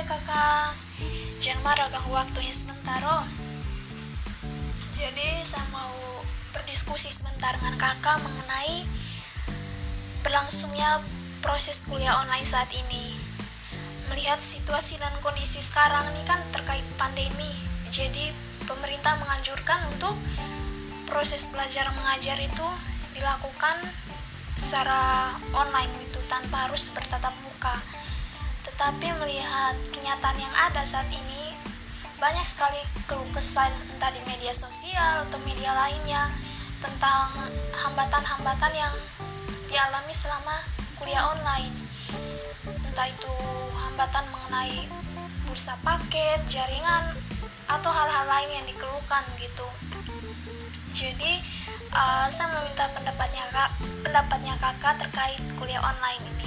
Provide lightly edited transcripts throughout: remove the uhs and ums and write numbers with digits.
kakak, jangan marah ganggu waktunya sebentar oh. Jadi saya mau berdiskusi sebentar dengan kakak mengenai berlangsungnya proses kuliah online saat ini. Melihat situasi dan kondisi sekarang ini kan terkait pandemi, jadi pemerintah menganjurkan untuk proses belajar mengajar itu dilakukan secara online itu tanpa harus bertatap muka. Tetapi melihat kenyataan yang ada saat ini, banyak sekali keluh kesah entah di media sosial atau media lainnya tentang hambatan-hambatan yang dialami selama kuliah online. Entah itu hambatan mengenai pulsa paket, jaringan, atau hal-hal lain yang dikeluhkan gitu. Jadi saya meminta pendapatnya kakak terkait kuliah online ini.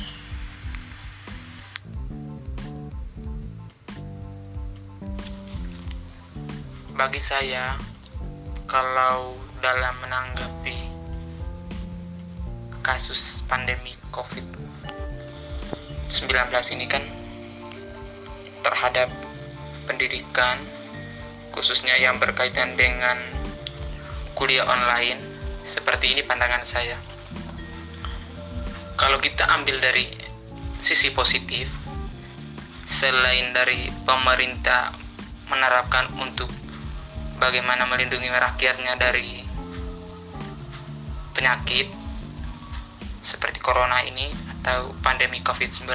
Bagi saya, kalau dalam menanggapi kasus pandemi COVID-19 ini kan terhadap pendidikan, khususnya yang berkaitan dengan kuliah online, seperti ini pandangan saya. Kalau kita ambil dari sisi positif, selain dari pemerintah menerapkan untuk bagaimana melindungi rakyatnya dari penyakit seperti corona ini atau pandemi COVID-19,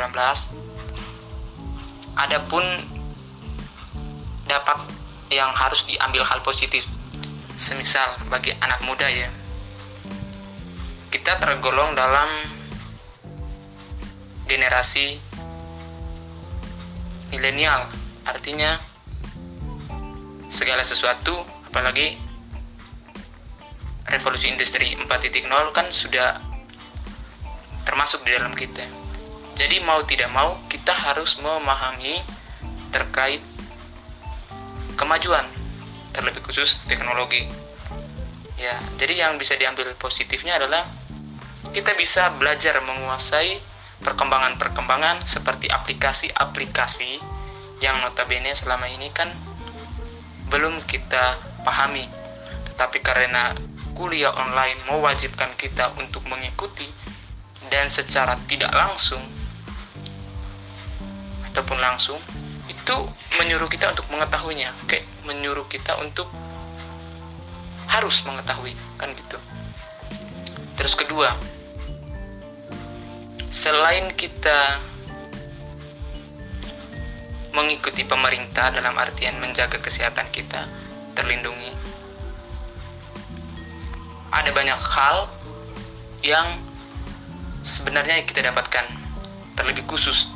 adapun dapat yang harus diambil hal positif. Semisal bagi anak muda ya, kita tergolong dalam generasi milenial, artinya segala sesuatu, apalagi revolusi industri 4.0 kan sudah termasuk di dalam kita. Jadi mau tidak mau kita harus memahami terkait kemajuan, terlebih khusus teknologi. Ya, jadi yang bisa diambil positifnya adalah kita bisa belajar menguasai perkembangan-perkembangan seperti aplikasi-aplikasi yang notabene selama ini kan belum kita pahami. Tetapi karena kuliah online mewajibkan kita untuk mengikuti dan secara tidak langsung ataupun langsung, itu menyuruh kita untuk mengetahuinya, kayak menyuruh kita untuk harus mengetahui, kan gitu. Terus kedua, selain kita mengikuti pemerintah dalam artian menjaga kesehatan kita terlindungi, ada banyak hal yang sebenarnya kita dapatkan, terlebih khusus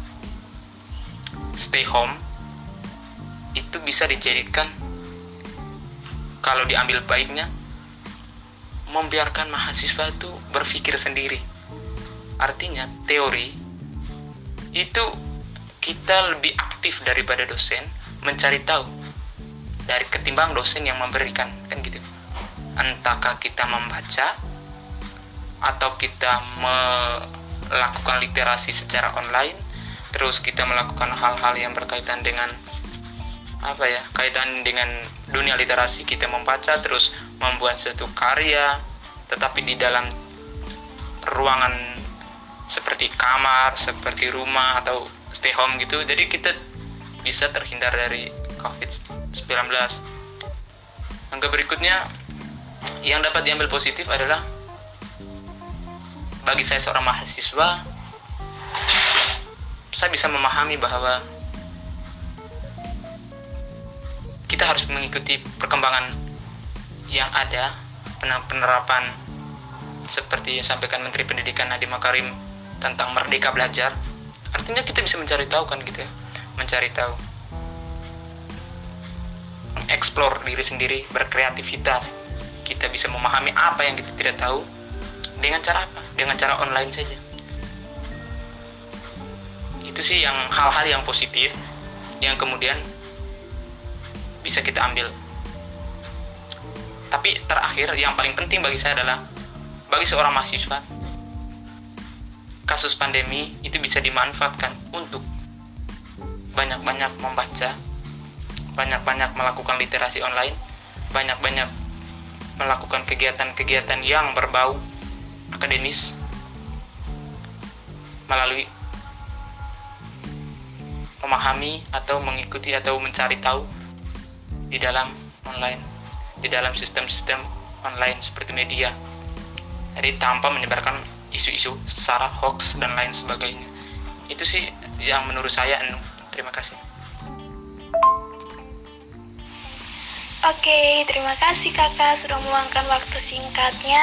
stay home itu bisa dijadikan, kalau diambil baiknya, membiarkan mahasiswa itu berpikir sendiri. Artinya teori itu kita lebih aktif daripada dosen mencari tahu dari ketimbang dosen yang memberikan, kan gitu. Entahkah kita membaca atau kita melakukan literasi secara online, terus kita melakukan hal-hal yang berkaitan dengan kaitan dengan dunia literasi, kita membaca terus membuat suatu karya, tetapi di dalam ruangan seperti kamar, seperti rumah atau stay home gitu. Jadi kita bisa terhindar dari COVID-19. Yang berikutnya yang dapat diambil positif adalah, bagi saya seorang mahasiswa, saya bisa memahami bahwa kita harus mengikuti perkembangan yang ada, penerapan seperti yang disampaikan Menteri Pendidikan Nadiem Makarim tentang merdeka belajar. Artinya kita bisa mencari tahu, kan gitu ya, mencari tahu, mengeksplor diri sendiri, berkreativitas. Kita bisa memahami apa yang kita tidak tahu dengan cara apa? Dengan cara online saja. Itu sih yang hal-hal yang positif yang kemudian bisa kita ambil. Tapi terakhir, yang paling penting bagi saya adalah, bagi seorang mahasiswa, kasus pandemi itu bisa dimanfaatkan untuk banyak-banyak membaca, banyak-banyak melakukan literasi online, banyak-banyak melakukan kegiatan-kegiatan yang berbau akademis melalui memahami atau mengikuti atau mencari tahu di dalam online, di dalam sistem-sistem online seperti media. Jadi tanpa menyebarkan isu-isu sara, hoax dan lain sebagainya. Itu sih yang menurut saya. Terima kasih. Oke, terima kasih kakak sudah meluangkan waktu singkatnya.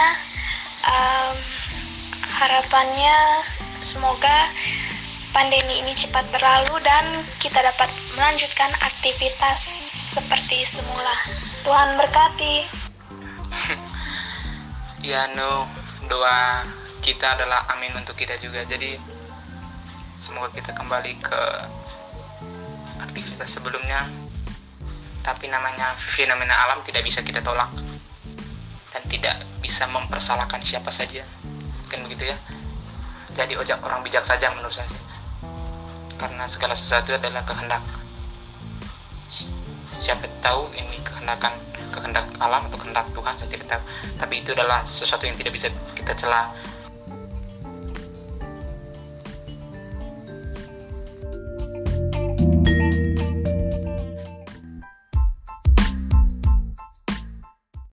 Harapannya semoga pandemi ini cepat berlalu dan kita dapat melanjutkan aktivitas seperti semula. Tuhan berkati. Ya, doa kita adalah amin untuk kita juga. Jadi semoga kita kembali ke aktivitas sebelumnya. Tapi namanya fenomena alam tidak bisa kita tolak dan tidak bisa mempersalahkan siapa saja, kan begitu ya. Jadi ojek orang bijak saja menurut saya, karena segala sesuatu adalah kehendak. Siapa tahu ini kehendak alam atau kehendak Tuhan, saya tidak tahu. Tapi itu adalah sesuatu yang tidak bisa kita celah.